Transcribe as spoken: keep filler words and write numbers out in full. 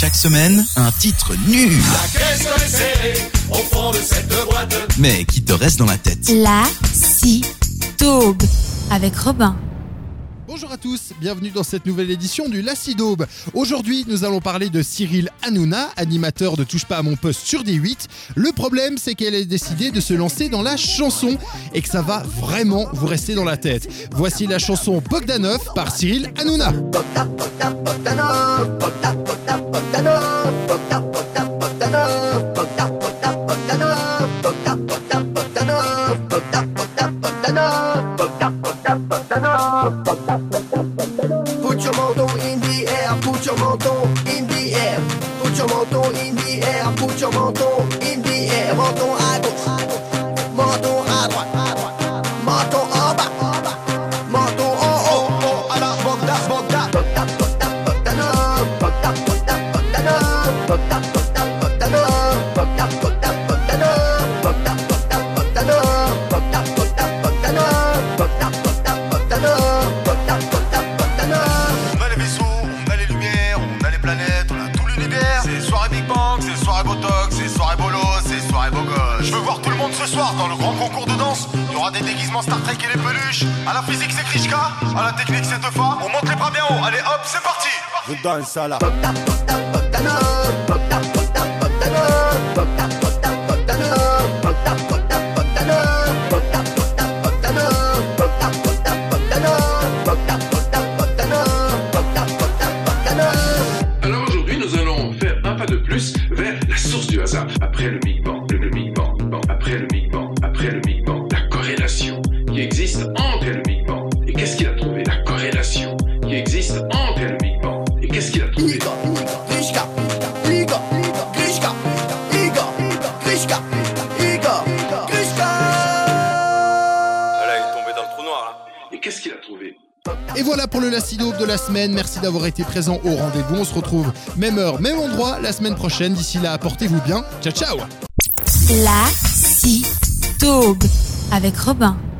Chaque semaine, un titre nul. La caisse est serrée au fond de cette boîte. Mais qui te reste dans la tête. La si daube avec Robin. Bonjour à tous, bienvenue dans cette nouvelle édition du La si daube. Aujourd'hui, nous allons parler de Cyril Hanouna, animateur de Touche pas à mon poste sur D huit. Le problème, c'est qu'elle a décidé de se lancer dans la chanson et que ça va vraiment vous rester dans la tête. Voici la chanson Bogdanov par Cyril Hanouna. Put your menton in the air, put your menton in the air. Put your menton in the air, put your menton in the air. Menton à gauche, menton à droite, menton en bas, menton en haut. Oh, à la Bogda, Bogda, Bogda, Bogda, Bogdanov, Bogda, Bogda, Bogdanov, Bogda, Bogda, Bogdanov, Bogda, Bogda, Bogdanov, Bogda, Bogda, Bogdanov, Bogda, Bogda, Bogdanov, Bogda, Bogda, Bogdanov, Bogda, Bogda, Bogdanov. On a les vaisseaux, on a les lumières, on a les planètes, on a tout l'univers. C'est soirée Big Bang, c'est soirée Botox, c'est soirée Bolo, c'est soirée Beau Gosse. Je veux voir tout le monde ce soir dans le grand concours de danse. Il y aura des déguisements Star Trek et les peluches. À la physique c'est Krishka, à la technique c'est Teufa. On monte les bras bien haut, allez hop, c'est parti. Je danse à la Bogda, Bogda, Bogdanov, Bogda, Bogda, Bogdanov, Bogda, Bogda, Bogdanov, Bogda, Bogda, Bogdanov, Bogda, Bogda, Bogdanov, Bogda, Bogda, Bogdanov, Bogda, Bogda, Bogdanov, Bogda, Bogda, Bogdanov. Alors aujourd'hui, nous allons faire un pas de plus vers la source du hasard. Après le Big Bang, le, le Big Bang, Bang, après le Big Bang, après le Big Bang, la corrélation qui existe entre le Big Bang. Et qu'est-ce qu'il a trouvé? La corrélation qui existe entre le Big Bang. Et qu'est-ce qu'il a trouvé? Igor, Grishka, Igor, Grishka, Igor, Grishka, Igor, Grishka. Là, il est tombé dans le trou noir, là. Et qu'est-ce qu'il a trouvé? Et voilà pour le La si daube de la semaine. Merci d'avoir été présent au rendez-vous. On se retrouve même heure, même endroit la semaine prochaine. D'ici là, portez-vous bien. Ciao, ciao. La si daube avec Robin.